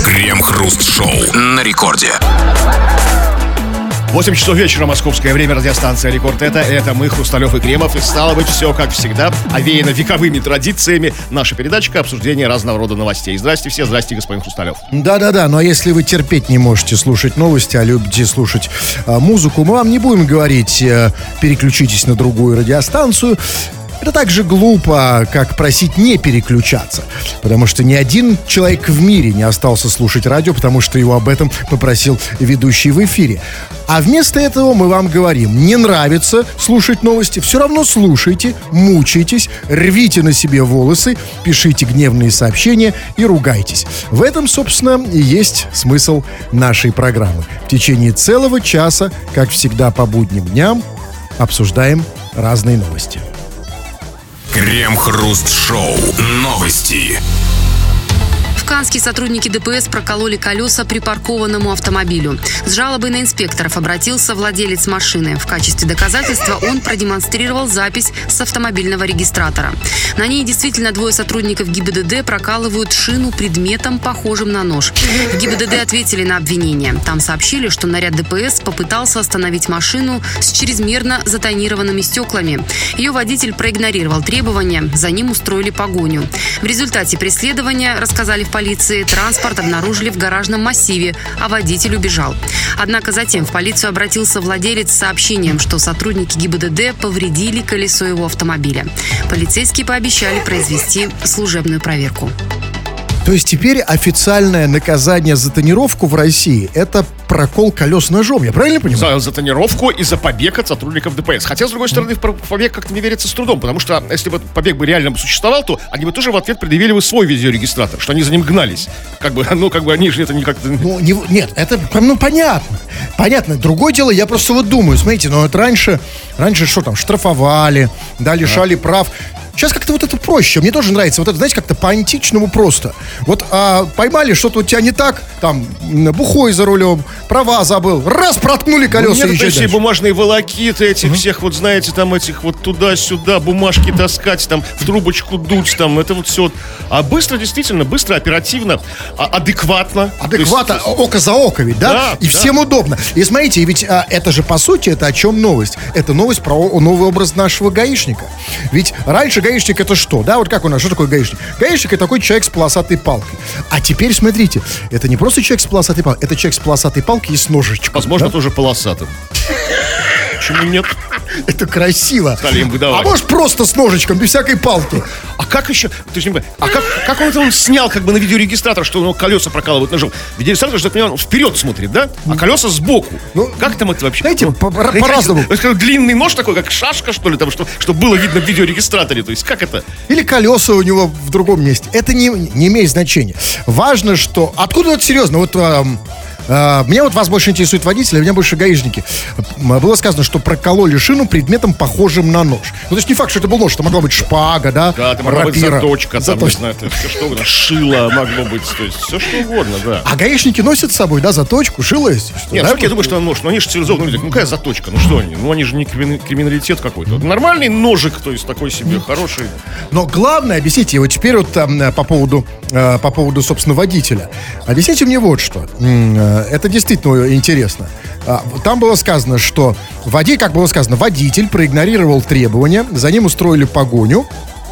Крем-хруст-шоу на рекорде. 8 часов вечера, московское время, радиостанция «Рекорд». Это мы, Хрусталев и Кремов. И стало быть, все как всегда, овеяно вековыми традициями. Наша передачка — обсуждение разного рода новостей. Здрасте все, здрасте, господин Хрусталев. Да-да-да, но если вы терпеть не можете слушать новости, а любите слушать музыку, мы вам не будем говорить «переключитесь на другую радиостанцию». Это так же глупо, как просить не переключаться. Потому что ни один человек в мире не остался слушать радио, потому что его об этом попросил ведущий в эфире. А вместо этого мы вам говорим: не нравится слушать новости, все равно слушайте, мучайтесь, рвите на себе волосы, пишите гневные сообщения и ругайтесь. В этом, собственно, и есть смысл нашей программы. В течение целого часа, как всегда по будним дням, обсуждаем разные новости. Крем-хруст-шоу. Новости. В Канске сотрудники ДПС прокололи колеса припаркованному автомобилю. С жалобой на инспекторов обратился владелец машины. В качестве доказательства он продемонстрировал запись с автомобильного регистратора. На ней действительно двое сотрудников ГИБДД прокалывают шину предметом, похожим на нож. В ГИБДД ответили на обвинение. Там сообщили, что наряд ДПС попытался остановить машину с чрезмерно затонированными стеклами. Ее водитель проигнорировал требования, за ним устроили погоню. В результате преследования, рассказали в полиции, транспорт обнаружили в гаражном массиве, а водитель убежал. Однако затем в полицию обратился владелец с сообщением, что сотрудники ГИБДД повредили колесо его автомобиля. Полицейские пообещали произвести служебную проверку. То есть теперь официальное наказание за тонировку в России — это прокол колес ножом, я правильно понимаю? За тонировку и за побег от сотрудников ДПС. Хотя, с другой стороны, в побег как-то не верится с трудом, потому что если бы побег бы реально существовал, то они бы тоже в ответ предъявили бы свой видеорегистратор, что они за ним гнались. Как бы они же это не как-то... Нет, это, понятно. Понятно. Другое дело, я просто вот думаю, смотрите, вот раньше что там, штрафовали, да, лишали прав. Сейчас как-то вот это проще. Мне тоже нравится вот это, знаете, как-то по-античному просто. Вот поймали, что-то у тебя не так, там, бухой за рулем, права забыл, раз, проткнули колеса, и все бумажные волокиты этих всех, вот знаете, там этих вот туда-сюда бумажки таскать, там, в трубочку дуть, там, это вот все. А быстро, действительно, быстро, оперативно, адекватно. Адекватно, есть... око за око ведь, да? Да, и всем удобно. И смотрите, ведь это же, по сути, это о чем новость? Это новость про новый образ нашего гаишника. Ведь раньше гаишник — это что? Да, вот как у нас, что такое гаишник? Гаишник — это такой человек с полосатой палкой. А теперь, смотрите, это не просто человек с полосатой палкой, это человек с полосатой палкой и с ножичком. Возможно, да? Тоже полосатым. Почему нет? Это красиво. Стали им выдавать. А может, просто с ножичком, без всякой палки. А как еще? Ты же не понимаешь, как он снял как бы на видеорегистратор, что у него колеса прокалывают ножом? Видеорегистратор, что я понимаю, он вперед смотрит, да? А колеса сбоку. Ну, как там это вообще? Знаете, по-разному. Длинный нож такой, как шашка, что ли, там, чтобы было видно в видеорегистраторе. То есть, как это? Или колеса у него в другом месте. Это не имеет значения. Важно, что... Откуда это серьезно? Вот... Меня вот вас больше интересует водители, а меня больше гаишники. Было сказано, что прокололи шину предметом, похожим на нож. Ну, то есть не факт, что это был нож, это могла быть шпага, да? Да, это могла быть заточка, там, не знаю, все что угодно, шило могло быть, то есть все что угодно, да. А гаишники носят с собой, да, заточку, шило есть? Нет, да? Я думаю, что нож, но они же цивилизованные люди. Ну, какая заточка, ну что они? Ну, они же не криминалитет какой-то. Нормальный ножик, то есть такой себе, хороший. Но главное, объясните, вот теперь вот по поводу, собственно, водителя. Объясните мне вот что. Это действительно интересно. Там было сказано, что водитель проигнорировал требования, за ним устроили погоню.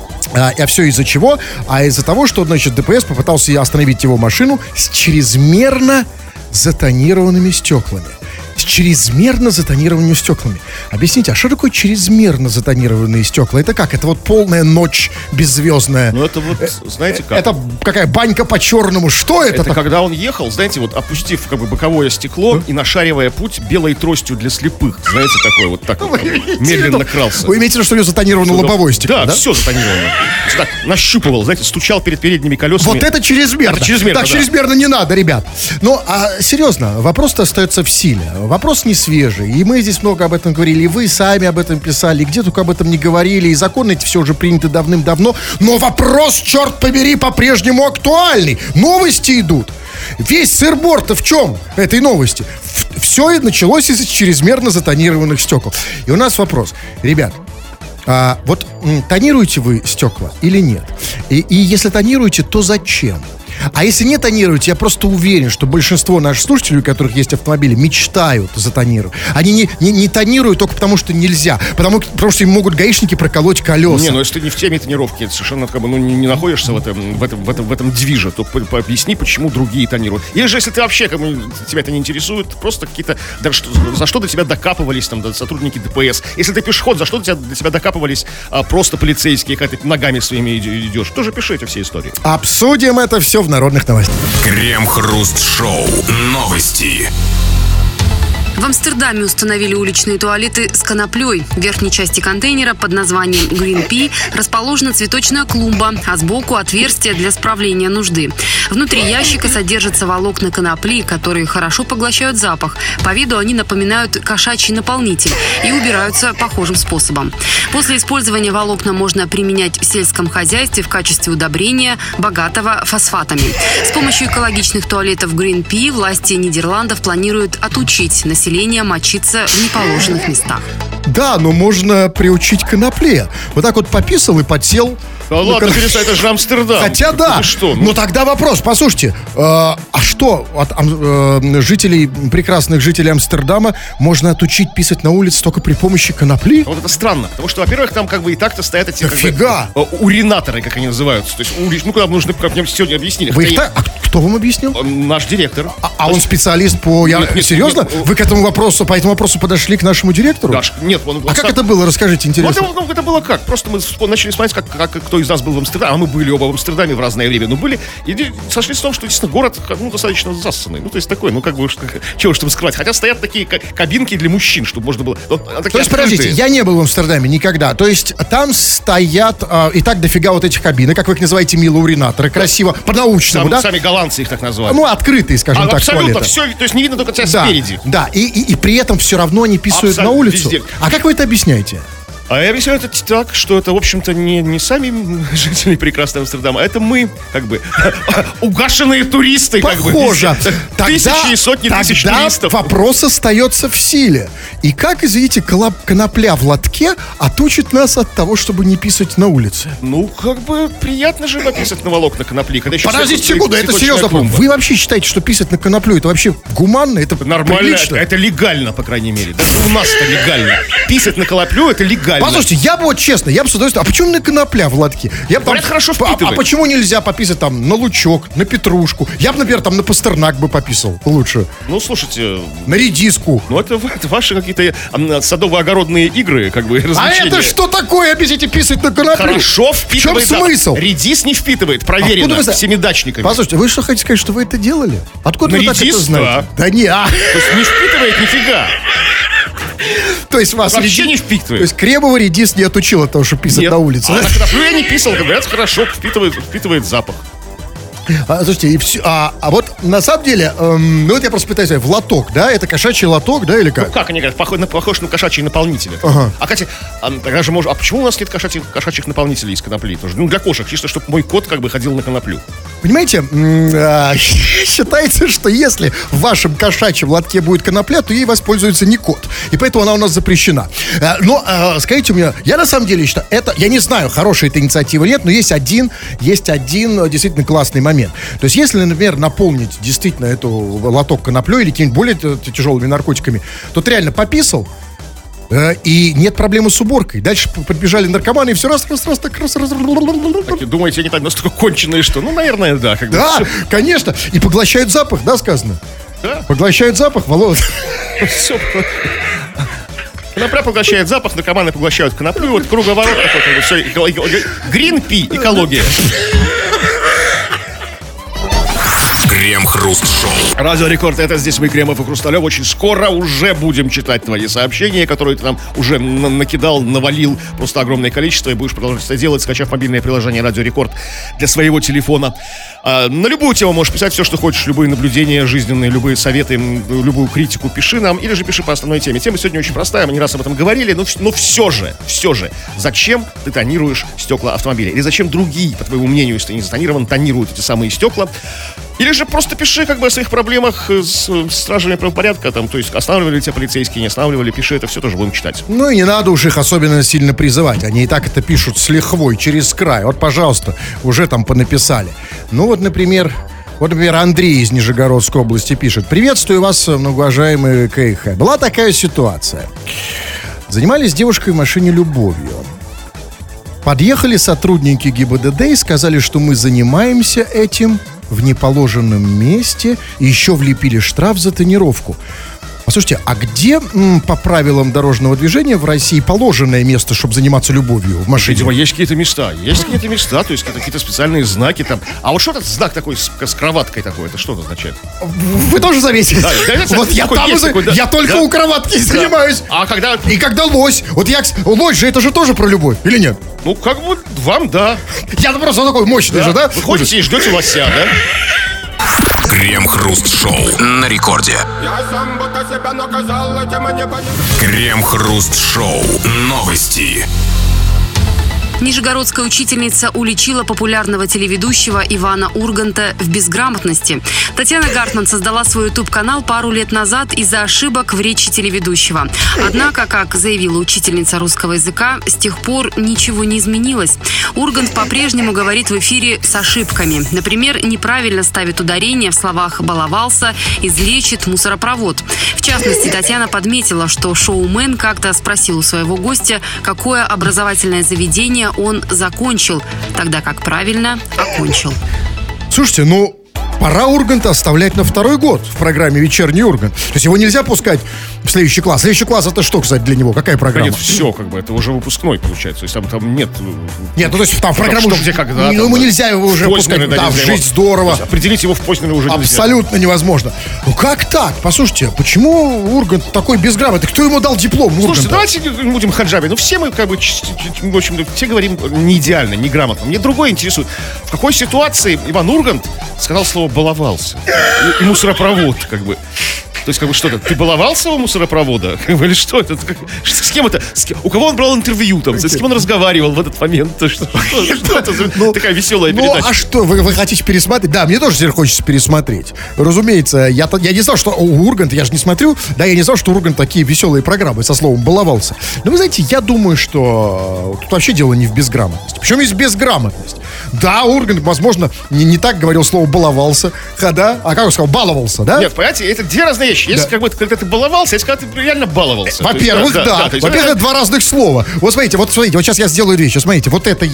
А все из-за чего? А из-за того, что, значит, ДПС попытался остановить его машину с чрезмерно затонированными стеклами. С чрезмерно затонированными стеклами. Объясните, а что такое чрезмерно затонированные стекла? Это как? Это вот полная ночь беззвездная. Ну это вот, знаете как? Это какая банька по-черному? Что это? Это когда он ехал, знаете, вот опустив как бы боковое стекло и нашаривая путь белой тростью для слепых. Знаете, такой вот так вот медленно крался. Вы имеете в виду, что у него затонировано лобовое стекло? Да, все затонировано. Так, нащупывал, знаете, стучал перед передними колесами. Вот это чрезмерно. Это чрезмерно, так, чрезмерно не надо, ребят. Ну, а серьезно, вопрос-то остается в силе. Вопрос не свежий. И мы здесь много об этом говорили. И вы сами об этом писали. И где только об этом не говорили. И законы эти все уже приняты давным-давно. Но вопрос, черт побери, по-прежнему актуальный. Новости идут. Весь сыр-бор-то в чем этой новости? Все началось из чрезмерно затонированных стекол. И у нас вопрос. Ребят, вот тонируете вы стекла или нет? И если тонируете, то зачем? А если не тонируете, я просто уверен, что большинство наших слушателей, у которых есть автомобили, мечтают затонировать. Они не тонируют только потому, что нельзя. Потому что им могут гаишники проколоть колеса. Не, ну если ты не в теме тонировки, совершенно как бы, не находишься в этом движе, то поясни, почему другие тонируют. Или же, если ты вообще, как бы, тебя это не интересует, просто какие-то, за что до тебя докапывались там сотрудники ДПС. Если ты пешеход, за что до тебя докапывались просто полицейские, когда ты ногами своими идешь. Тоже пишите все истории. Обсудим это все в народных новостях. Крем-хруст-шоу. Новости. В Амстердаме установили уличные туалеты с коноплей. В верхней части контейнера под названием Green Pea расположена цветочная клумба, а сбоку отверстие для справления нужды. Внутри ящика содержатся волокна конопли, которые хорошо поглощают запах. По виду они напоминают кошачий наполнитель и убираются похожим способом. После использования волокна можно применять в сельском хозяйстве в качестве удобрения, богатого фосфатами. С помощью экологичных туалетов Green Pea власти Нидерландов планируют отучить население мочиться в неположенных местах. Да, но можно приучить к конопле. Вот так вот пописал и подсел. Да ладно, перестань, это же Амстердам. Хотя да. Что? Но тогда вопрос, послушайте, а что от прекрасных жителей Амстердама можно отучить писать на улице только при помощи конопли? Вот это странно, потому что, во-первых, там как бы и так-то стоят эти уринаторы, как они называются. То есть, куда нужно, как мне сегодня объяснили. Вы их так? А кто вам объяснил? Наш директор. А он специалист по... Серьезно? Вы к этому вопросу, по этому вопросу подошли к нашему директору? Нет, как это было? Расскажите, интересно. Это было как? Просто мы начали смотреть, как кто из нас был в Амстердаме. А мы были оба в Амстердаме в разное время. Но были и сошлись в том, что, действительно, город достаточно зассанный. То есть такой, чего чтобы скрывать. Хотя стоят такие кабинки для мужчин, чтобы можно было... То есть, подождите, я не был в Амстердаме никогда. То есть там стоят и так дофига вот этих кабинок, как вы их называете, милоуринаторы, красиво, по-научному, да? Сами голландцы их так называют. Открытые, скажем так, абсолютно туалеты. Все, то есть не видно только тебя спереди. Да, и при этом все равно они писают на улицу. Везде. А как вы это объясняете? А я объясняю это так, что это, в общем-то, не сами жители прекрасного Амстердама, а это мы, как бы, угашенные туристы, Похоже. Как бы. Тысячи и сотни тысяч туристов. Вопрос остается в силе. И как, извините, конопля в лотке отучит нас от того, чтобы не писать на улице? Как бы, приятно же написать на волокна конопли. Подождите секунду, это серьезно. Вы вообще считаете, что писать на коноплю, это вообще гуманно? Это нормально, прилично? это легально, по крайней мере. Даже у нас это легально. Писать на коноплю, это легально. Послушайте, я бы честно, с удовольствием. А почему на конопля в лотке? Говорят, хорошо впитывает. А почему нельзя пописать там на лучок, на петрушку? Я бы, например, там на пастернак бы пописал лучше. Слушайте... На редиску. Это ваши какие-то садово-огородные игры, как бы, развлечения. А это что такое, объясните, писать на коноплю? Хорошо впитывает. В чем смысл? Редис не впитывает, проверено всемидачниками. Послушайте, вы что хотите сказать, что вы это делали? Откуда вы так это знаете? Да не. То есть не впитывает нифига. То есть вас вообще не впитывает. То есть кремовый редис не отучил от того, что писать на улице. На коноплю я не писал, говорят, хорошо впитывает запах. Слушайте, вот на самом деле, я просто пытаюсь сказать, в лоток, да? Это кошачий лоток, да, или как? Как они говорят, похож на кошачьи наполнители. Ага. Кстати, почему у нас нет кошачьих наполнителей из конопли? Для кошек, чисто, чтобы мой кот как бы ходил на коноплю. Понимаете, считается, что если в вашем кошачьем лотке будет конопля, то ей воспользуется не кот. И поэтому она у нас запрещена. Но скажите мне, я на самом деле считаю, я не знаю, хорошая это инициатива или нет, но есть один действительно классный момент. То есть, если, например, наполнить действительно эту лоток коноплей или какими-нибудь более тяжелыми наркотиками, то ты реально пописал, и нет проблемы с уборкой. Дальше подбежали наркоманы, и все раз. Так, думаете, они так настолько конченые, что? Наверное, да. Да, конечно. И поглощают запах, да, сказано? Да. Поглощают запах, Володя. Все. Конопля поглощает запах, наркоманы поглощают коноплю. Вот круговорот такой, все. Green Pea, экология. Крем-хруст-шоу. Радио Рекорд, это здесь мы, Кремов и Хрусталев. Очень скоро уже будем читать твои сообщения, которые ты нам уже накидал, навалил просто огромное количество. И будешь продолжать это делать, скачав мобильное приложение Радио Рекорд для своего телефона. На любую тему можешь писать все, что хочешь. Любые наблюдения жизненные, любые советы, любую критику пиши нам. Или же пиши по основной теме. Тема сегодня очень простая, мы не раз об этом говорили. Но все же, зачем ты тонируешь стекла автомобиля? Или зачем другие, по твоему мнению, если ты не затонирован, тонируют эти самые стекла? Или же просто пиши как бы о своих проблемах с стражами правопорядка, то есть останавливали тебя полицейские, не останавливали, пиши, это все тоже будем читать. И не надо уж их особенно сильно призывать, они и так это пишут с лихвой, через край. Вот, пожалуйста, уже там понаписали. Например, Вот, например, Андрей из Нижегородской области пишет. Приветствую вас, многоуважаемый КХ. Была такая ситуация. Занимались с девушкой в машине любовью. Подъехали сотрудники ГИБДД и сказали, что мы занимаемся этим в неположенном месте и еще влепили штраф за тонировку. Послушайте, а где по правилам дорожного движения в России положенное место, чтобы заниматься любовью в машине? Видимо, есть какие-то места. То есть какие-то специальные знаки там. А вот что этот знак такой с кроваткой такой? Это что это означает? Вы тоже заметили? Да, вот я там я только у кроватки занимаюсь. А когда... И когда лось. Вот лось же, это же тоже про любовь, или нет? Ну, как бы вам, да. Я просто такой мощный же, да? Вы ходите и ждете лося, да? Крем-хруст-шоу на рекорде. Крем-хруст-шоу. Новости. Нижегородская учительница уличила популярного телеведущего Ивана Урганта в безграмотности. Татьяна Гартман создала свой YouTube-канал пару лет назад из-за ошибок в речи телеведущего. Однако, как заявила учительница русского языка, с тех пор ничего не изменилось. Ургант по-прежнему говорит в эфире с ошибками. Например, неправильно ставит ударение в словах «баловался», «излечит», «мусоропровод». В частности, Татьяна подметила, что шоумен как-то спросил у своего гостя, какое образовательное заведение он закончил, тогда как правильно окончил. Слушайте, пора Урганта оставлять на второй год в программе «Вечерний Ургант». То есть его нельзя пускать в следующий класс. Следующий класс — это что, кстати, для него? Какая программа? Нет, все, это уже выпускной получается. То есть там нет... Нет, то есть там в программу... Что, где, когда, ему нельзя его уже пускать. Да, в «Жизнь здорово». Определить его в Познере уже нельзя. Абсолютно невозможно. Как так? Послушайте, почему Ургант такой безграмотный? Кто ему дал диплом Урганта? Слушайте, давайте не будем ханжами. Все мы, в общем, все говорим не идеально, не грамотно. Мне другое интересует. В какой ситуации Иван Ургант сказал слово «баловался»? И мусоропровод, То есть, что-то, ты баловался у мусоропровода? Или что это? С кем это? У кого он брал интервью там? С кем он разговаривал в этот момент? Что это за такая веселая передача? А что, вы хотите пересмотреть? Да, мне тоже теперь хочется пересмотреть. Разумеется, я не знал, что у Урганта, я же не смотрю, да, я не знал, что у Урганта такие веселые программы со словом «баловался». Но вы знаете, я думаю, что тут вообще дело не в безграмотности. Причем есть безграмотность. Да, Ургант, возможно, не так говорил слово «баловался», да? А как он сказал? «Баловался», да? Нет, понимаете, это две разные вещи. Есть когда ты баловался, есть когда ты реально баловался. Во-первых, да. Во-первых, это два разных слова. Вот смотрите, вот сейчас я сделаю вещи. Смотрите, вот это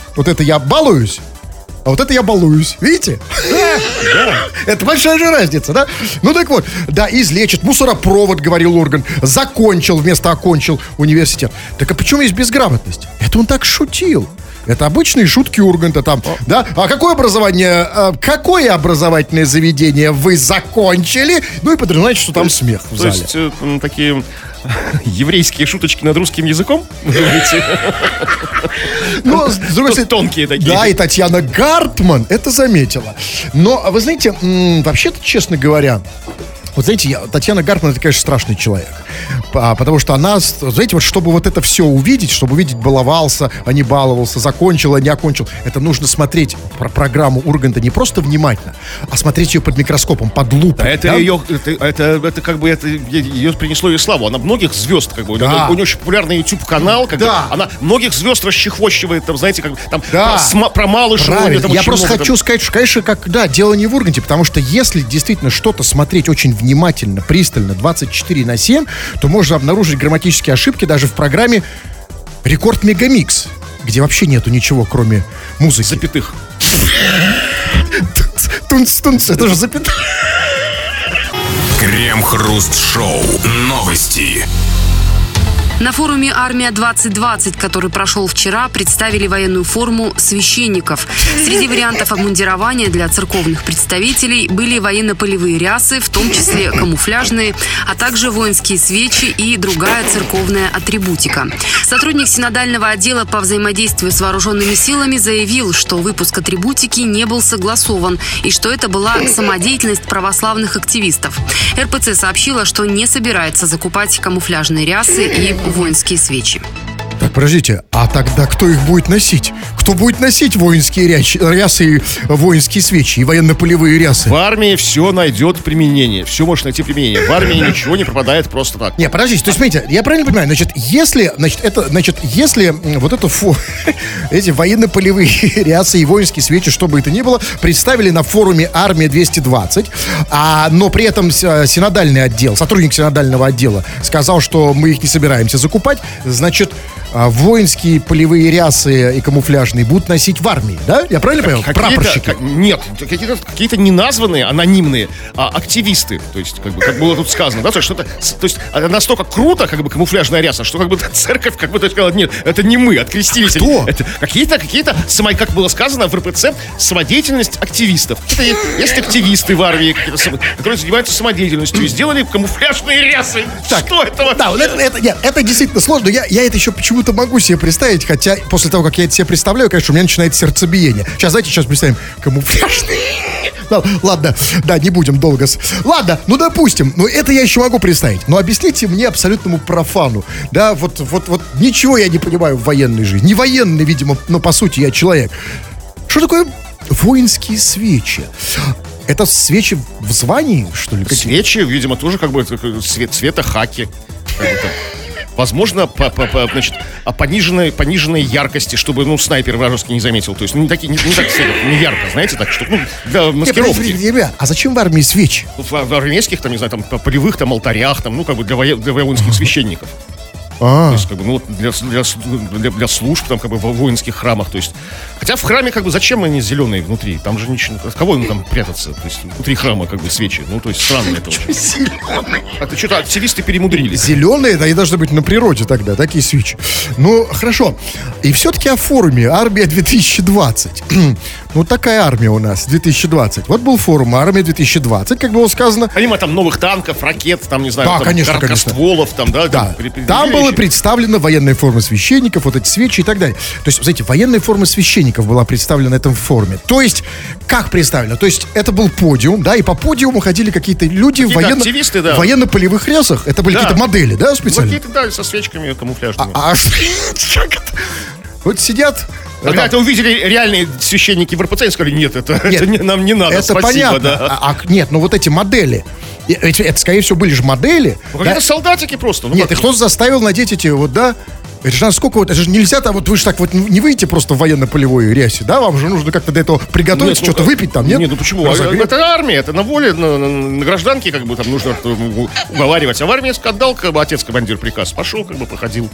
я балуюсь, а вот это я балуюсь. Видите? Да. Это большая же разница, да? Ну так вот, да, излечит. Мусоропровод, говорил Ургант. Закончил вместо окончил университет. Так а почему есть безграмотность? Это он так шутил. Это обычные шутки Урганта там, да? А какое образовательное заведение вы закончили? Ну и подразумеваете, что там смех в зале. То есть такие еврейские шуточки над русским языком? Но, с другой стороны, тонкие такие. Да, и Татьяна Гартман это заметила. Но, вы знаете, вообще-то, честно говоря, вот знаете, Татьяна Гартман — это, конечно, страшный человек. Потому что она, знаете, вот чтобы вот это все увидеть, чтобы увидеть баловался, а не баловался, закончил, а не окончил, это нужно смотреть программу Урганта не просто внимательно, а смотреть ее под микроскопом, под лупой. Это ее принесло ей славу. Она многих звезд, у нее очень популярный YouTube-канал, она многих звезд расчехвощивает, там, знаете, про Малышева. Я просто хочу сказать, что, конечно, дело не в Урганте, потому что если действительно что-то смотреть очень внимательно, пристально, 24/7, то можно обнаружить грамматические ошибки даже в программе «Рекорд Мегамикс», где вообще нету ничего, кроме музыки. Запятых. Тунц-тунц, это же запятых. Крем-хруст-шоу. Новости. На форуме «Армия-2020», который прошел вчера, представили военную форму священников. Среди вариантов обмундирования для церковных представителей были военно-полевые рясы, в том числе камуфляжные, а также воинские свечи и другая церковная атрибутика. Сотрудник синодального отдела по взаимодействию с вооруженными силами заявил, что выпуск атрибутики не был согласован и что это была самодеятельность православных активистов. РПЦ сообщила, что не собирается закупать камуфляжные рясы и воинские свечи. Так Подождите, а тогда кто их будет носить? Кто будет носить воинские рясы и воинские свечи и военно-полевые рясы? В армии все найдет применение. Все может найти применение. В армии ничего не пропадает просто так. Не, подождите, то есть, смотрите, я правильно понимаю, если вот это эти военно-полевые рясы и воинские свечи, что бы это ни было, представили на форуме «Армия-220», но при этом синодальный отдел, сотрудник синодального отдела сказал, что мы их не собираемся закупать, значит, воинские полевые рясы и камуфляжные будут носить в армии, да? Я правильно понял? Прапорщики. Нет, какие-то неназванные, анонимные активисты. То есть, как было тут сказано, да, то есть настолько круто, как бы камуфляжная ряса, что как бы церковь, как бы сказала, нет, это не мы, открестились. Кто? Это какие-то, как было сказано в РПЦ, самодеятельность активистов. Есть активисты в армии, которые занимаются самодеятельностью и сделали камуфляжные рясы. Так, что это вообще? Да, это действительно сложно. Я это еще почему-то могу себе представить, хотя после того, как я это себе представляю, конечно, у меня начинает сердцебиение. Сейчас представим камуфляжные. Ладно, да, не будем долго. Ладно, допустим, это я еще могу представить. Но объясните мне, абсолютному профану, да, вот ничего я не понимаю в военной жизни. Не военный, видимо, но по сути я человек. Что такое воинские свечи? Это свечи в звании, что ли? Свечи, видимо, тоже как бы цвета хаки. Возможно, значит, пониженной яркости, чтобы, снайпер вражеский не заметил. То есть, не так ярко, знаете, так, чтобы, для маскировки. Ребят, а зачем в армии свечи? В армейских, там, не знаю, там, полевых, там, алтарях, там, как бы для воинских священников. То есть, как бы, для служб, там, как бы, в воинских храмах, то есть. Хотя в храме, как бы, зачем они зеленые внутри? Там же ничего, от кого им там прятаться? То есть, внутри храма, как бы, свечи. То есть, странно это очень. Зеленые. Это что-то активисты перемудрили. Зеленые, да, и должны быть на природе тогда, такие свечи. Хорошо. И все-таки о форуме «Армия-2020». Такая армия у нас, 2020. Вот был форум «Армия-2020», как было сказано. Помимо там новых танков, ракет, там, не знаю, да, там, конечно. короткостволов, там, да. Там было представлена военная форма священников, вот эти свечи и так далее. То есть, знаете, военная форма священников была представлена на этом форуме. То есть, как представлена? То есть, это был подиум, да, и по подиуму ходили какие-то люди активисты, да. в военно-полевых рясах. Это были какие-то модели, да, специально? Какие-то, да, со свечками камуфляжными. Вот сидят... Когда это увидели реальные священники в РПЦ и сказали, нет, это нам не надо, это спасибо. Понятно. Да. Нет, вот эти модели, это, скорее всего, были же модели. Какие-то солдатики просто. Нет, их кто-то заставил надеть эти да. Это же сколько это же нельзя там, вы же так не выйдете просто в военно-полевой рясе, да? Вам же нужно как-то до этого приготовить, что-то выпить там, нет? Нет, почему? Это армия, это на воле, на гражданке, как бы там нужно уговаривать. А в армии отдал, как бы, отец командир приказ, пошел, как бы, походил.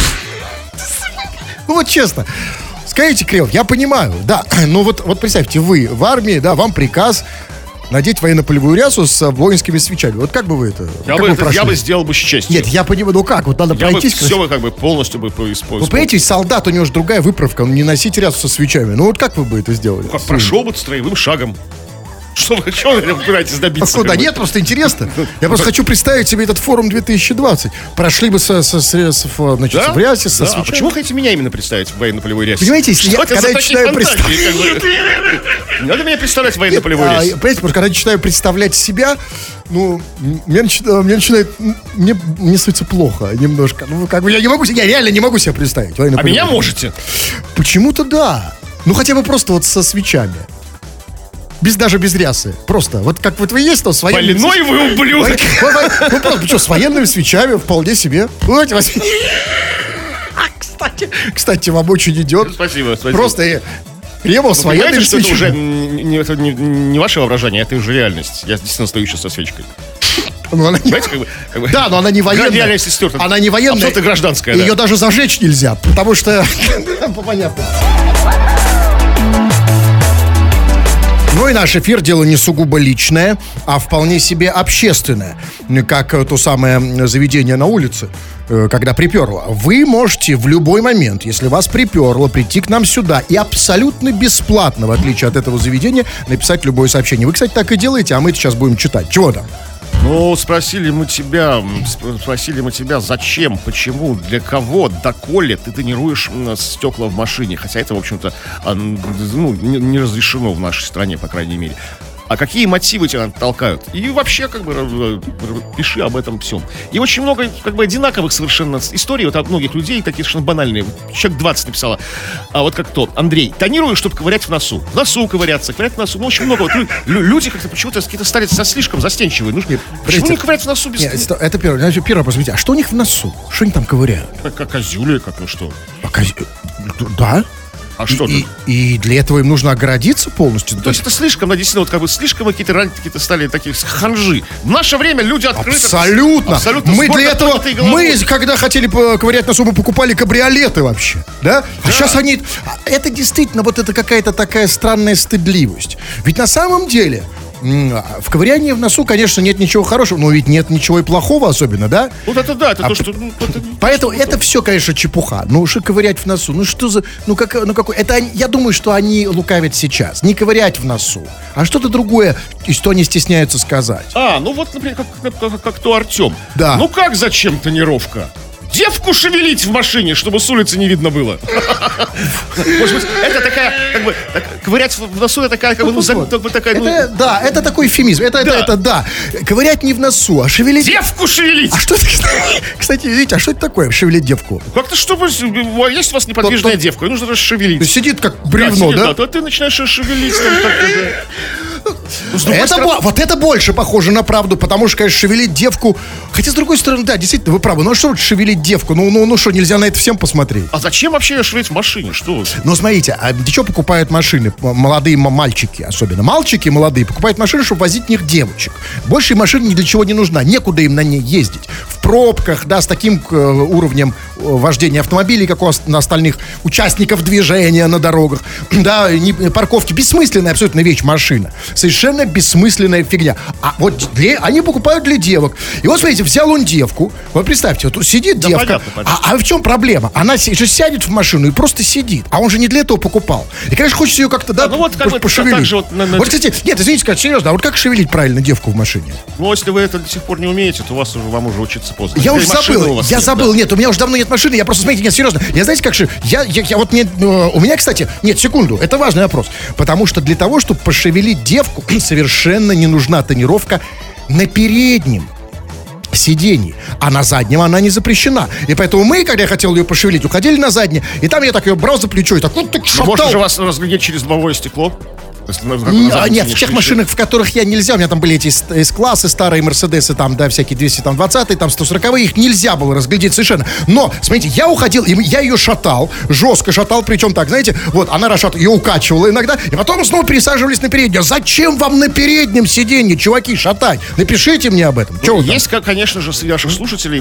Вот честно. Скажите, Кривов, я понимаю, да, но вот представьте, вы в армии, да, вам приказ надеть военно-полевую рясу с воинскими свечами. Вот как бы вы это? Я бы сделал бы с честью. Нет, я понимаю, как, вот надо пройтись. Все вы как бы полностью бы использовали. Вы понимаете, солдат, у него же другая выправка, он не носить рясу со свечами. Вот как вы бы это сделали? Как прошел бы строевым шагом. Что вы пытаетесь добиться? Да нет, просто интересно. Я просто хочу представить себе этот форум 2020. Прошли бы в рясе, со свечами. Почему хотите меня именно представить в военно-полевой рясе? Понимаете, когда я читаю представлять... Не надо меня представлять в военно-полевой рясе. Понимаете, когда я начинаю представлять себя, мне начинает... Мне становится плохо немножко. Я реально не могу себя представить. А меня можете? Почему-то да. Хотя бы просто вот со свечами. Даже без рясы. Просто. Вот как вот вы есть, то с военными... Больной вы ублюдок! Просто с военными свечами вполне себе. Кстати, вам очень идет. Спасибо. Просто Кремов с военными свечами. Это уже не ваше воображение, это уже реальность. Я действительно стою сейчас со свечкой. Да, но она не военная. Реальность истерта. Она не военная. Абсолютно гражданская. Ее даже зажечь нельзя, потому что... Понятно. И наш эфир — дело не сугубо личное, а вполне себе общественное. Как то самое заведение на улице, когда приперло. Вы можете в любой момент, если вас приперло, прийти к нам сюда и абсолютно бесплатно, в отличие от этого заведения, написать любое сообщение. Вы, кстати, так и делаете, а мы сейчас будем читать. Чего там? Спросили мы тебя, зачем, почему, для кого, доколе ты тонируешь стекла в машине. Хотя это, в общем-то, не разрешено в нашей стране, по крайней мере. а какие мотивы тебя толкают. И вообще, как бы, пиши об этом всем. И очень много, как бы, одинаковых совершенно историй вот от многих людей, такие совершенно банальные. Человек 20 написала. А вот как то, Андрей, тонирую, чтобы ковырять в носу. В носу ковырять в носу. Ну, очень много. Вот, люди как-то почему-то какие-то стали слишком застенчивые. Ну, почему не ковырять в носу без... Нет, это первое. Значит, первое, посмотрите, а что у них в носу? Что они там ковыряют? Как козюли, как, ну что? Да? А что тут? И для этого им нужно огородиться полностью? То есть это слишком, действительно, вот как бы слишком какие-то стали такие ханжи. В наше время люди открыты. Абсолютно. Мы для этого, когда хотели ковырять носу, мы покупали кабриолеты вообще, да? А сейчас они... Это действительно вот это какая-то такая странная стыдливость. Ведь на самом деле... В ковырянии в носу, конечно, нет ничего хорошего, но ведь нет ничего и плохого особенно, да? Вот это да, это то, что... Поэтому это все, конечно, чепуха. Ну, что ковырять в носу? Ну, что за... какой... Это, я думаю, что они лукавят сейчас. Не ковырять в носу, а что-то другое, и что они стесняются сказать. Ну вот, например, как то Артем. Да. Ну как зачем тонировка? Девку шевелить в машине, чтобы с улицы не видно было. Может быть, это такая, как бы, ковырять в носу, это такая, как бы, такая... Да, это такой эвфемизм. Это да. Ковырять не в носу, а шевелить... Девку шевелить! А что это, кстати, видите, а что это такое, шевелить девку? Как-то, чтобы... Есть у вас неподвижная девка, ее нужно расшевелить. Сидит как бревно, да? То ты начинаешь шевелить. Вот это больше похоже на правду, потому что, конечно, шевелить девку... Хотя, с другой стороны, да, действительно, вы правы. Ну, а что шевелить девку? Ну, что, нельзя на это всем посмотреть? А зачем вообще ее шевелить в машине? Что? Ну, смотрите, а для чего покупают машины? Молодые мальчики, особенно. Мальчики молодые покупают машины, чтобы возить в них девочек. Больше машина ни для чего не нужна. Некуда им на ней ездить. В пробках, да, с таким уровнем вождения автомобилей, как у остальных участников движения на дорогах. Да, парковки. Бессмысленная абсолютно вещь машина. Совершенно бессмысленная фигня. А вот они покупают для девок. И вот, смотрите, взял он девку. Вот представьте, вот сидит девка. Понятно. А в чем проблема? Она же сядет в машину и просто сидит. А он же не для этого покупал. И, конечно, хочется ее как-то, да, пошевелить. Вот, кстати, нет, извините, сказать серьезно, а вот как шевелить правильно девку в машине? Ну, если вы это до сих пор не умеете, то вам уже учиться поздно. Я уже забыл. Нет, у меня уже давно нет машины. Я просто, смотрите, нет, серьезно. Я знаете, как же... Я вот мне... У меня, кстати... Нет, секунду. Это важный вопрос. Потому что для того, чтобы пошевелить девку, совершенно не нужна тонировка на переднем сиденье, а на заднем она не запрещена. И поэтому мы, когда я хотел ее пошевелить, уходили на заднее, и там я так ее брал за плечо и так, шатал. Можно же вас разглядеть через лобовое стекло? Нет, в тех машинах, в которых я нельзя, у меня там были эти S-классы, старые Мерседесы, там, да, всякие 220-е, там, 140-е, их нельзя было разглядеть совершенно. Но, смотрите, я уходил, и я ее шатал, жестко шатал, причем так, знаете, вот, она ее укачивала иногда, и потом снова пересаживались на переднее. Зачем вам на переднем сиденье, чуваки, шатать? Напишите мне об этом. Есть, конечно же, среди наших слушателей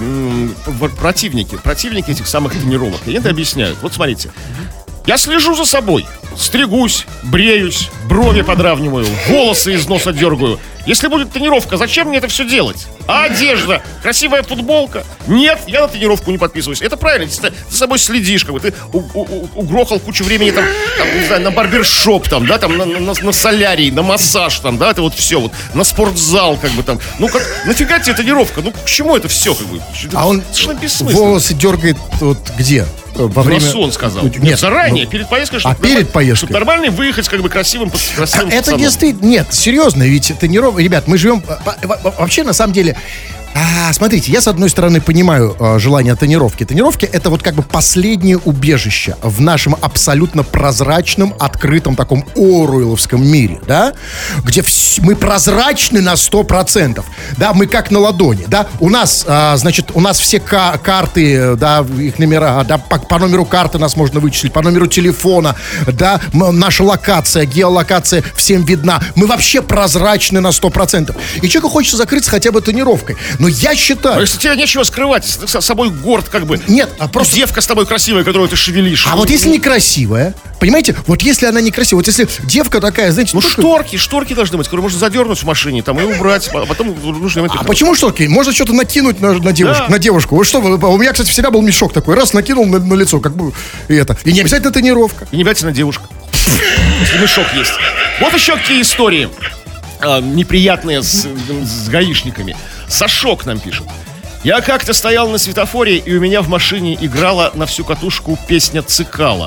противники этих самых тренировок. И это объясняют. Вот, смотрите. Я слежу за собой, стригусь, бреюсь, брови подравниваю, волосы из носа дергаю. Если будет тренировка, зачем мне это все делать? А одежда? Красивая футболка? Нет, я на тренировку не подписываюсь. Это правильно, ты за собой следишь, как бы ты угрохал кучу времени там, не знаю, на барбершоп, там, да, там, на солярий, на массаж, там, да, это вот все, вот, на спортзал, как бы там. Ну, как, нафига тебе тренировка? Ну, к чему это все, как бы? А он волосы дергает вот где? Во время... Носу, он сказал. Нет, заранее, перед поездкой, чтобы перед поездкой. Чтобы нормально выехать, как бы красивым это пацаном. Действительно, нет, серьезно, ведь тренировка, ребят, мы живем, вообще, на самом деле, смотрите, я, с одной стороны, понимаю желание тренировки. Тренировки — это вот как бы последнее убежище в нашем абсолютно прозрачном, открытом таком оруэлловском мире, да, где мы прозрачны на 100%, да, мы как на ладони, да, у нас, значит, у нас все карты, да, их номера, да, по номеру карты нас можно вычислить, по номеру телефона, да, наша локация, геолокация всем видна, мы вообще прозрачны на 100%. И человеку хочется закрыться хотя бы тренировкой. Но я считаю... А если тебе нечего скрывать, с собой горд, как бы. Нет, а просто... Девка с тобой красивая, которую ты шевелишь. А вот если некрасивая, понимаете, вот если она некрасивая, вот если девка такая, знаете... Ну, шторки должны быть, которые можно задернуть в машине, там, и убрать, а потом... почему шторки? Можно что-то накинуть на девушку. Да. На девушку. Вот что, у меня, кстати, всегда был мешок такой, раз, накинул на лицо, как бы, и это. И не обязательно тренировка. И не обязательно девушка. Если мешок есть. Вот еще какие истории неприятные с гаишниками. Сашок нам пишет. Я как-то стоял на светофоре, и у меня в машине играла на всю катушку песня Цикала.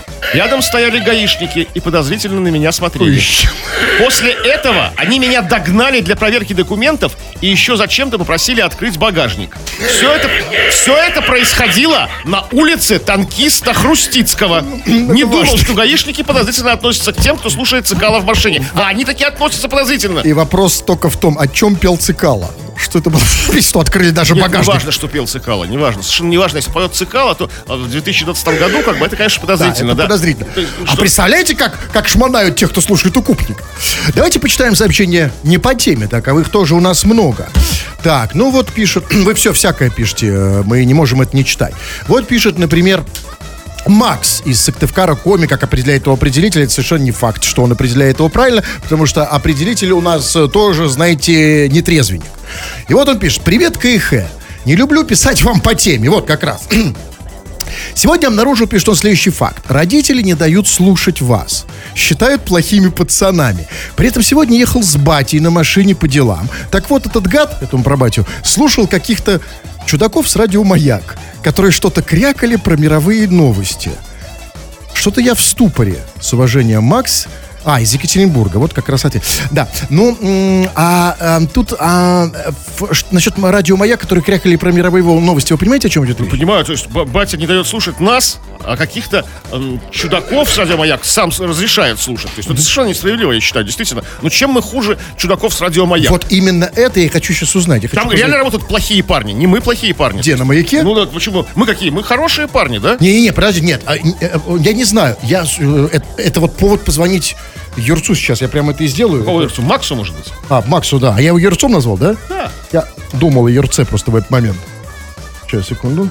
Рядом стояли гаишники и подозрительно на меня смотрели. После этого они меня догнали для проверки документов и еще зачем-то попросили открыть багажник. Все это происходило на улице танкиста Хрустицкого. Не думал, что гаишники подозрительно относятся к тем, кто слушает Цикало в машине. А они такие относятся подозрительно. И вопрос только в том, о чем пел Цикало. Что это было? Что открыли даже багажник. Не важно, что пел Цикало, не важно. Совершенно не важно, если поет Цикало, то в 2020 году, как бы, это, конечно, подозрительно. Да, это подозрительно. А представляете, как шмонают тех, кто слушает укупник? Давайте почитаем сообщения не по теме, таковых тоже у нас много. Так, ну вот пишут, вы все всякое пишете, мы не можем это не читать. Вот пишет, например, Макс из Сыктывкара Коми, как определяет его определитель. Это совершенно не факт, что он определяет его правильно, потому что определитель у нас тоже, знаете, нетрезвенник. И вот он пишет: «Привет, КХ. Не люблю писать вам по теме». Вот как раз. Сегодня обнаружил, пишет он, следующий факт. Родители не дают слушать вас. Считают плохими пацанами. При этом сегодня ехал с батей на машине по делам. Так вот, этот гад, это он про батю, слушал каких-то чудаков с радио «Маяк», которые что-то крякали про мировые новости. Что-то я в ступоре. С уважением, Макс. Из Екатеринбурга, вот как раз ответ. Да, ну, тут насчет радио «Маяк», которые крякали про мировые новости, вы понимаете, о чем идет речь? Понимаю, то есть батя не дает слушать нас, а каких-то чудаков с радио «Маяк» сам разрешает слушать. То есть это совершенно несправедливо, я считаю, действительно. Но чем мы хуже чудаков с радио «Маяк»? Вот именно это я хочу сейчас узнать. Там реально работают плохие парни, не мы плохие парни. Где, на «Маяке»? Ну да, почему? Мы какие? Мы хорошие парни, да? Не, подожди, нет, я не знаю. Это вот повод позвонить Юрцу сейчас, я прямо это и сделаю. Какого Юрцу? Максу, может быть? Максу, да. А я его Юрцом назвал, да? Да. Я думал о Юрце просто в этот момент. Сейчас, секунду.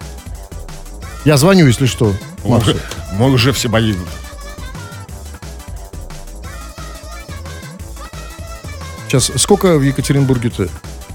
Я звоню, если что, Максу. Мы уже все боимся. Сейчас, сколько в Екатеринбурге-то?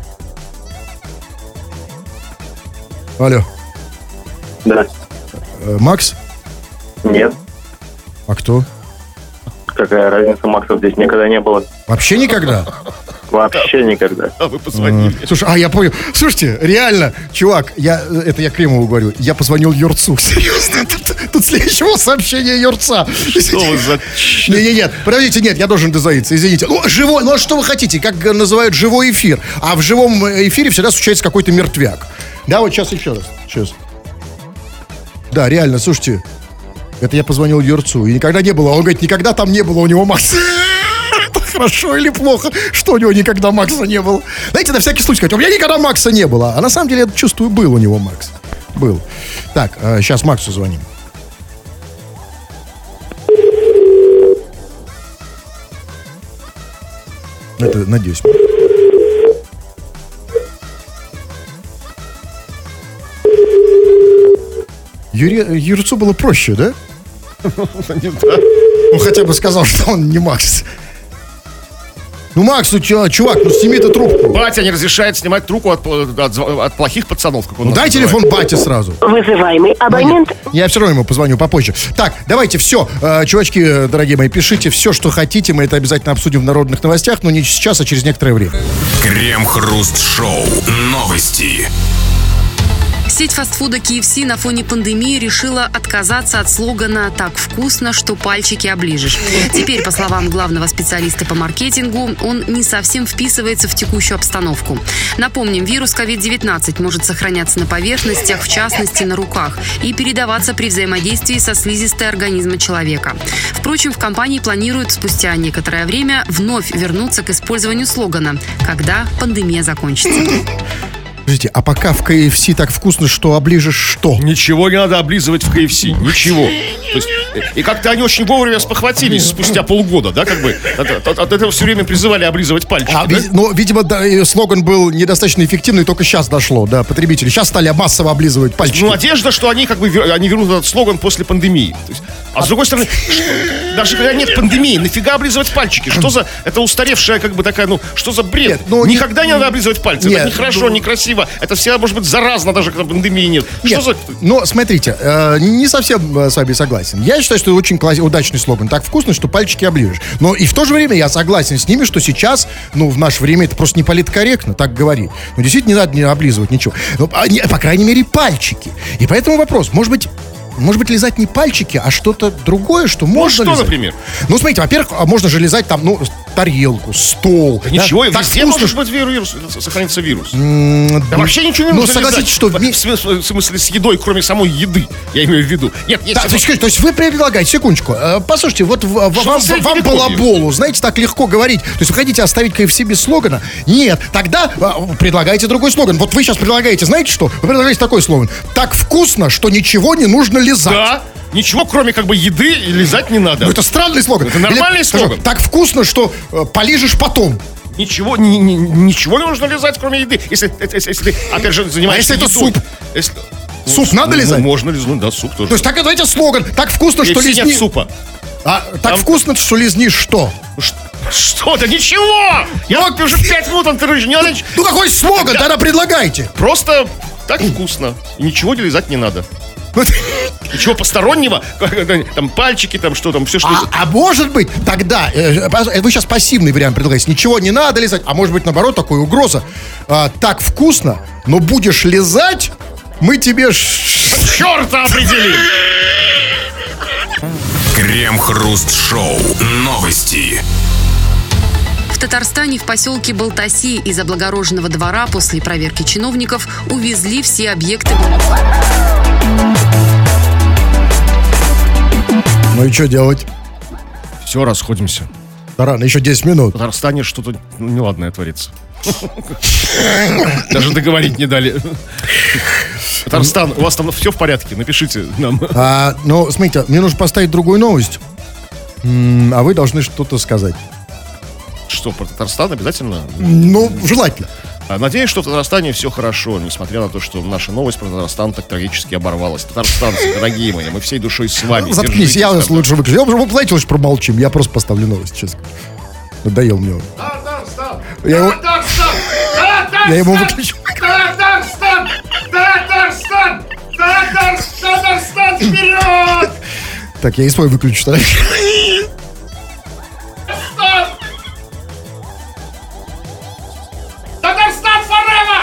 Алло. Да. Макс? Нет. А кто? Какая разница, Макса здесь никогда не было. Вообще никогда? Вообще никогда. А вы позвонили. Слушай, я понял. Слушайте, реально, чувак, я Кремову говорю, я позвонил Юрцу. Серьезно, тут следующего сообщения Юрца. Что вы за... Нет, подождите, нет, я должен дозвониться, извините. Ну, живой, ну а что вы хотите, как называют живой эфир? А в живом эфире всегда случается какой-то мертвяк. Да, вот сейчас еще раз. Сейчас. Да, реально, слушайте. Это я позвонил Юрцу, и никогда не было. Он говорит, никогда там не было у него Макса. Это хорошо или плохо, что у него никогда Макса не было? Знаете, на всякий случай сказать, у меня никогда Макса не было. А на самом деле, я чувствую, был у него Макс. Был. Так, сейчас Максу звоним. Это, надеюсь. Юрцу было проще, да? Он хотя бы сказал, что он не Макс. Ну, Макс, чувак, сними ты трубку. Батя не разрешает снимать трубку от плохих пацанов. Как он дай телефон бате сразу. Вызываемый абонент. Я все равно ему позвоню попозже. Так, давайте все, чувачки, дорогие мои, пишите все, что хотите. Мы это обязательно обсудим в народных новостях, но не сейчас, а через некоторое время. Крем-хруст-шоу. Новости. Сеть фастфуда KFC на фоне пандемии решила отказаться от слогана «Так вкусно, что пальчики оближешь». Теперь, по словам главного специалиста по маркетингу, он не совсем вписывается в текущую обстановку. Напомним, вирус COVID-19 может сохраняться на поверхностях, в частности на руках, и передаваться при взаимодействии со слизистой организма человека. Впрочем, в компании планируют спустя некоторое время вновь вернуться к использованию слогана «Когда пандемия закончится». Подождите, а пока в KFC так вкусно, что оближешь что? Ничего не надо облизывать в KFC, ничего. То есть, и как-то они очень вовремя спохватились спустя полгода, да, как бы. От этого все время призывали облизывать пальчики, да? Ну, видимо, да, слоган был недостаточно эффективный, только сейчас дошло, да, потребители. Сейчас стали массово облизывать пальчики. Ну, надежда, что они как бы они вернут этот слоган после пандемии. То есть, а с другой стороны, даже когда нет пандемии, нафига облизывать пальчики? Что за, это устаревшая как бы такая, ну, что за бред? Нет, ну, никогда не надо облизывать пальцы, это нехорошо, некрасиво. Это всегда может быть заразно, даже когда пандемии нет. Нет, что за... Но смотрите, не совсем с вами согласен. Я считаю, что это очень удачный слоган. Так вкусно, что пальчики оближешь. Но и в то же время я согласен с ними, что сейчас, ну, в наше время это просто не политкорректно так говорить. Ну, действительно, не надо не облизывать ничего. Но, по крайней мере, пальчики. И поэтому вопрос, может быть, может быть, лизать не пальчики, а что-то другое, что можно что, лизать? например? Ну, смотрите, во-первых, можно же лизать там, тарелку, стол. Да ничего, так везде вкусно, может быть вирус, сохранится вирус. Да ну, вообще ничего не ну, нужно согласитесь, лизать. что В смысле, с едой, кроме самой еды, я имею в виду. Нет, есть... то есть вы предлагаете, секундочку, послушайте, вот вам балаболу, знаете, так легко говорить. То есть вы хотите оставить KFC без слогана? Нет, тогда предлагайте другой слоган. Вот вы сейчас предлагаете, знаете что? Вы предлагаете такой слоган. Так вкусно, что ничего не нужно лизать. Да, ничего, кроме как бы еды, лизать не надо. Ну, это странный слоган. Это нормальный слоган. Так вкусно, что полижешь потом. Ничего не нужно лизать, кроме еды. Если ты, опять же, занимаешься если это едой. суп? Суп надо лизать? Можно лизнуть, да, суп тоже. То есть так давайте слоган. Так вкусно, что Если лизни... нет супа. Так вкусно, что лизнишь что? Что? Да ничего! Я вот уже 5 минут, он рыжнёныч. Ну какой слоган тогда предлагайте? Просто так вкусно. И ничего не лизать не надо. Ничего постороннего, там пальчики, там что там, все что... А может быть, тогда, вы сейчас пассивный вариант предлагаете, ничего не надо лизать, а может быть, наоборот, такая угроза. Так вкусно, но будешь лизать, мы тебе... Чёрта определим! Крем-хруст-шоу. Новости. В Татарстане в поселке Балтаси из облагороженного двора после проверки чиновников увезли все объекты. Ну и что делать? Все, расходимся. Рано, еще 10 минут. В Татарстане что-то неладное творится. Даже договорить не дали. Татарстан, у вас там все в порядке? Напишите нам. Ну, смотрите, мне нужно поставить другую новость. А вы должны что-то сказать. Что, про Татарстан обязательно? Ну, желательно. Надеюсь, что в Татарстане все хорошо, несмотря на то, что наша новость про Татарстан так трагически оборвалась. Татарстанцы, дорогие мои, мы всей душой с вами. Заткнись, я вас лучше выключу. Вы знаете, лучше промолчим. Я просто поставлю новость, честно. Надоел мне он. Татарстан! Я его выключу. Татарстан! Татарстан! Татарстан вперед! Так, я и свой выключу. Татарстан forever!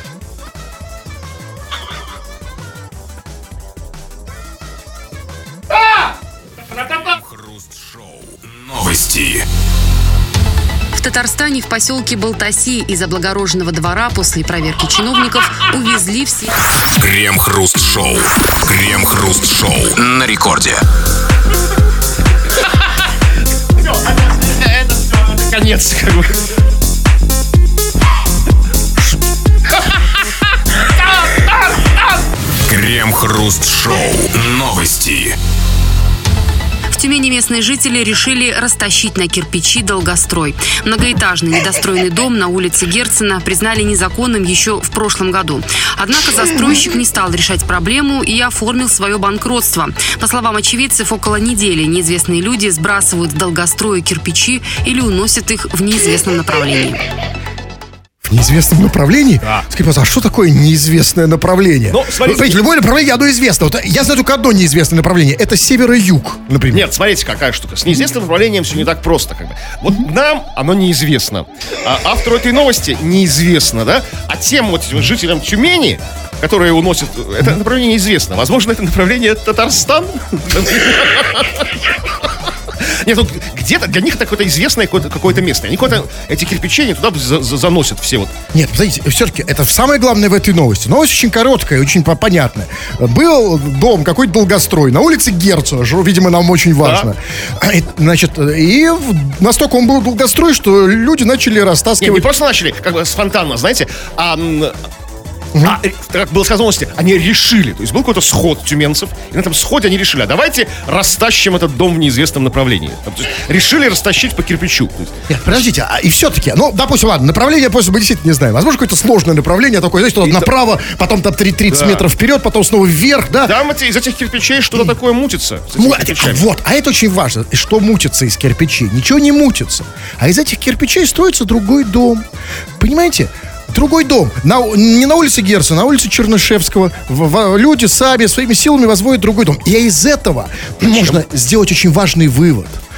Хруст-шоу. Новости. В Татарстане в поселке Балтаси из облагороженного двора после проверки чиновников увезли все... Крем-хруст-шоу. Крем-хруст-шоу. На рекорде. Это все, конец, как бы. Крем-хруст-шоу. Новости. В Тюмени местные жители решили растащить на кирпичи долгострой. Многоэтажный недостроенный дом на улице Герцена признали незаконным еще в прошлом году. Однако застройщик не стал решать проблему и оформил свое банкротство. По словам очевидцев, около недели неизвестные люди сбрасывают с долгостроя кирпичи или уносят их в неизвестном направлении. В неизвестном направлении? Да. Скажите, пожалуйста, а что такое неизвестное направление? Ну, смотрите, любое направление, оно известно. Вот я знаю только одно неизвестное направление. Это северо-юг, например. Нет, смотрите, какая штука. С неизвестным направлением все не так просто, как бы. Вот нам оно неизвестно. А автору этой новости неизвестно, да? А тем вот этим жителям Тюмени, которые уносят, это направление неизвестно. Возможно, это направление Татарстан? Нет, ну, где-то для них это какое-то известное какое-то место. Они эти кирпичи они туда заносят все вот. Нет, смотрите, все-таки это самое главное в этой новости. Новость очень короткая, очень понятная. Был дом какой-то долгострой на улице Герцена, что, видимо, нам очень важно. Да. Значит, и настолько он был долгострой, что люди начали растаскивать. Нет, не просто начали, как бы спонтанно, знаете, как было сказано, они решили, то есть был какой-то сход тюменцев, и на этом сходе они решили, а давайте растащим этот дом в неизвестном направлении. То есть решили растащить по кирпичу. Нет, подождите, и все-таки, ну, допустим, ладно, направление, просто мы действительно не знаем. Возможно, какое-то сложное направление, такое, знаете, туда направо, потом там 30 метров вперед, потом снова вверх, да? Там из этих кирпичей что-то такое мутится. Вот, а это очень важно. И что мутится из кирпичей? Ничего не мутится. А из этих кирпичей строится другой дом. Понимаете? Другой дом. Не на улице Герцена, а на улице Чернышевского. Люди сами своими силами возводят другой дом. И из этого можно сделать очень важный вывод.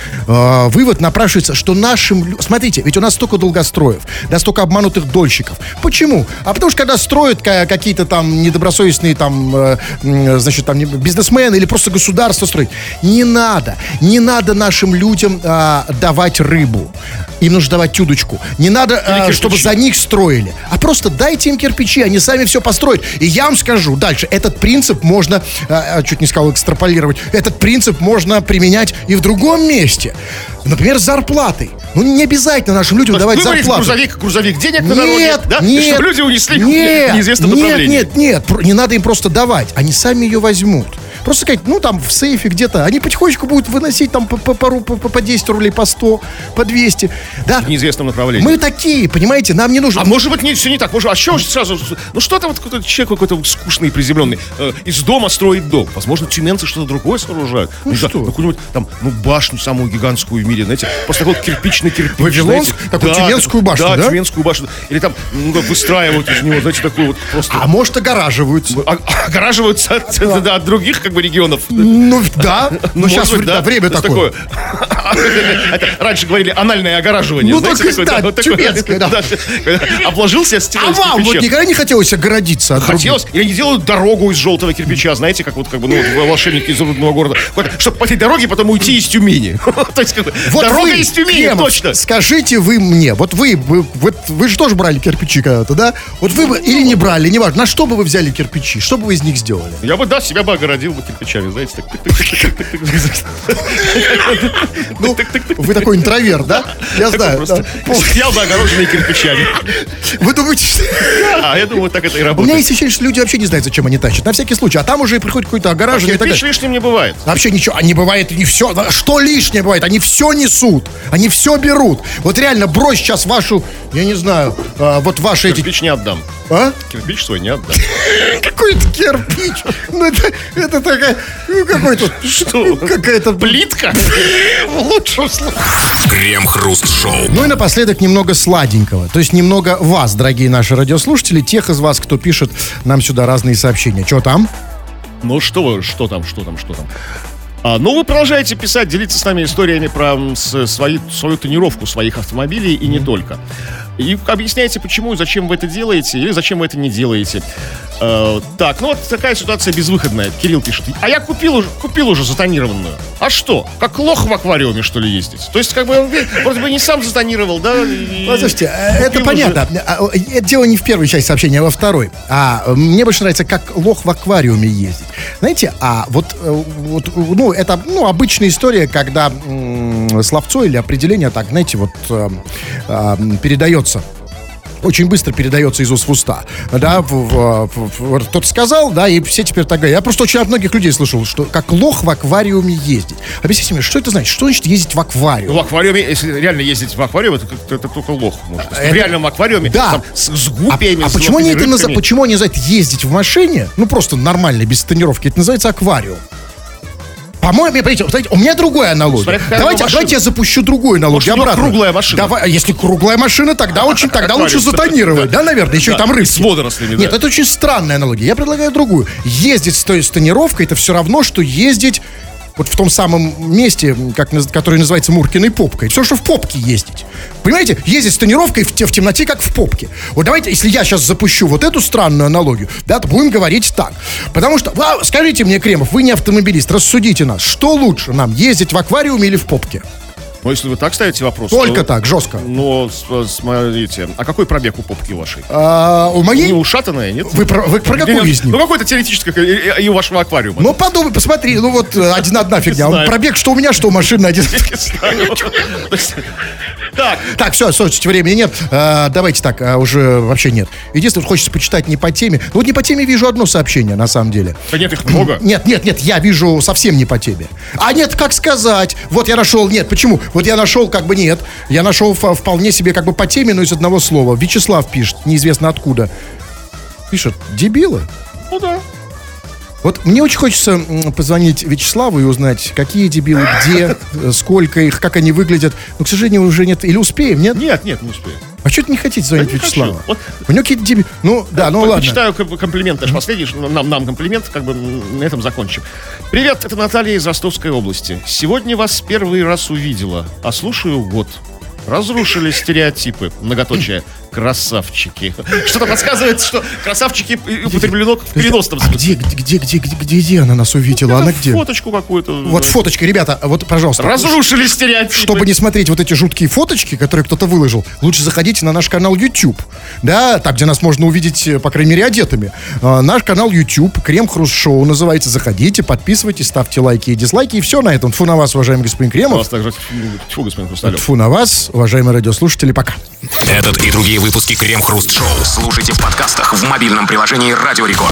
вывод напрашивается, что смотрите, ведь у нас столько долгостроев, да, столько обманутых дольщиков. Почему? А потому что когда строят какие-то там недобросовестные там, значит, там бизнесмены или просто государство строить, не надо нашим людям давать рыбу. Им нужно давать удочку. Не надо, чтобы за них строили. А просто дайте им кирпичи, они сами все построят. И я вам скажу дальше, этот принцип можно, чуть не сказал экстраполировать, этот принцип можно применять и в другом месте. Например, с зарплатой. Ну, не обязательно нашим людям давать зарплату. Грузовик денег на дороге, да? Нет, чтобы люди унесли в неизвестном направлении. Нет, не надо им просто давать. Они сами ее возьмут. Просто сказать, ну, там, в сейфе где-то. Они потихонечку будут выносить там по 10 рублей, по 100, по 200. Да. В неизвестном направлении. Мы такие, понимаете, нам не нужно... А может быть, все не так. А что сразу... Ну, что-то вот какой-то человек какой-то скучный и приземленный. Из дома строит дом. Возможно, тюменцы что-то другое сооружают. Ну, что? Какую-нибудь там, башню самую гигантскую в мире, знаете. Просто такой кирпичный кирпич. Вавилонск? Такую тюменскую башню, да? Да, тюменскую башню. Или там, выстраивают из него, знаете, такой вот просто... А может, огораживаются. Огораживаются от других, как бы, регионов. Ну, да. Но сейчас время такое. Раньше говорили анальное огораживание. Ну, только, тюменское, да. Обложился стеной. А вам вот никогда не хотелось оградиться от других? Хотелось. Или они делают дорогу из желтого кирпича, знаете, как вот, как бы, волшебники из рудного города. Чтобы по этой дороге потом уйти из Тюмени. То есть, дорога из Тюмени, точно. Скажите вы мне, вот вы же тоже брали кирпичи когда-то, да? Вот вы бы или не брали, не важно. На что бы вы взяли кирпичи? Что бы вы из них сделали? Я бы, да, себя бы огородил бы кирпичами, знаете, так. Ну, вы такой интроверт, да? Я знаю. Стоял бы огороженный кирпичами. Вы думаете, что... А, я думаю, так это и У работает. меня есть ощущение, что люди вообще не знают, зачем они тащат. На всякий случай. А там уже приходит какое-то огораживание и так Кирпич далее. лишним не бывает. Вообще ничего, не бывает, не все. Что лишнее бывает? Они все несут, они все берут. Вот реально, брось сейчас вашу, я не знаю, вот ваши эти... Кирпич не отдам. А? Кирпич свой не отдам. Какой-то кирпич. Ну, это такая, ну, какой-то... Что? Какая-то... Плитка? В лучшем случае. Крем-хруст-шоу. Ну и напоследок немного сладенького. То есть немного вас, дорогие наши радиослушатели, тех из вас, кто пишет нам сюда разные сообщения. Что там? Ну что там? Ну, вы продолжаете писать, делиться с нами историями про свою тонировку своих автомобилей и не только. И объясняете, почему и зачем вы это делаете, или зачем вы это не делаете. Так, ну вот такая ситуация безвыходная. Кирилл пишет. А я купил уже затонированную. А что? Как лох в аквариуме, что ли, ездить? То есть, как бы, он вроде бы не сам затонировал, да? Слушайте, это понятно. Это дело не в первой части сообщения, а во второй. Мне больше нравится, как лох в аквариуме ездить. Знаете, ну, это, ну, обычная история, когда словцо или определение, так, знаете, вот передается. Очень быстро передается из уст в уста. Да, кто-то сказал, да, и все теперь так говорят. Я просто очень от многих людей слышал, что как лох в аквариуме ездить. Объясните мне, что это значит? Что значит ездить в аквариум? В аквариуме, если реально ездить в аквариум, это только лох может. В реальном аквариуме, да. Там, с гупиями, с почему они рыбками. почему они называют ездить в машине? Ну, просто нормально, без тонировки. Это называется аквариум. По-моему, смотрите, у меня другая аналогия. Давайте я запущу другую аналогию. Может, круглая машина. Если круглая машина, тогда лучше затонировать, да, наверное, еще и там рыбки. С водорослями, Нет, это очень странная аналогия. Я предлагаю другую. Ездить с тонировкой — это все равно, что ездить вот в том самом месте, которое называется Муркиной попкой. Все, что в попке ездить. Понимаете? Ездить с тонировкой в темноте, как в попке. Вот давайте, если я сейчас запущу вот эту странную аналогию, да, то будем говорить так. Потому что, скажите мне, Кремов, вы не автомобилист, рассудите нас. Что лучше нам, ездить в аквариуме или в попке? Ну, если вы так ставите вопрос... Только так, жестко. Ну, смотрите, а какой пробег у попки вашей? У моей... Не ушатанная, нет? Вы про какую из них? Ну, какой-то теоретический, и у вашего аквариума. Ну, подумай, посмотри, ну вот одна фигня. Пробег, что у меня, что у машины один. Так, все, слушайте, времени нет. Давайте так, уже вообще нет. Единственное, хочется почитать не по теме. Вот не по теме вижу одно сообщение, на самом деле. Да нет, их много. Нет, я вижу совсем не по теме. А нет, как сказать? Вот я нашел, нет, почему? Вот я нашел, как бы нет. Я нашел вполне себе как бы по теме, но из одного слова. Вячеслав пишет, неизвестно откуда. Пишет, дебилы. Ну да. Вот мне очень хочется позвонить Вячеславу и узнать, какие дебилы, где, сколько их, как они выглядят. Но, к сожалению, уже нет. Или успеем, нет? Нет, не успеем. А что ты не хотите звонить Да не Вячеславу? хочу. Вот. У него какие-то деби... Ну, да, ну ладно. Почитаю комплимент, аж последний, нам комплимент, как бы на этом закончим. Привет, это Наталья из Ростовской области. Сегодня вас первый раз увидела, а слушаю год. Разрушили стереотипы, многоточие, красавчики. Что-то подсказывает, что красавчики употреблено в переносном А смысле. где она нас увидела? Она где? Фоточку какую-то. Вот фоточка, ребята, вот, пожалуйста. Разрушили стереотипы. Чтобы не смотреть вот эти жуткие фоточки, которые кто-то выложил, лучше заходите на наш канал YouTube. Да, там, где нас можно увидеть, по крайней мере, одетыми. Наш канал YouTube, Крем-Хруст Шоу называется. Заходите, подписывайтесь, ставьте лайки и дизлайки. И все на этом. Тьфу на вас, уважаемый господин Кремов. Тьфу, господин Хрусталев. Тьфу на вас, уважаемые радиослушатели. Пока. Этот и другие выпуски Крем-Хруст Шоу слушайте в подкастах в мобильном приложении Радио Рекорд.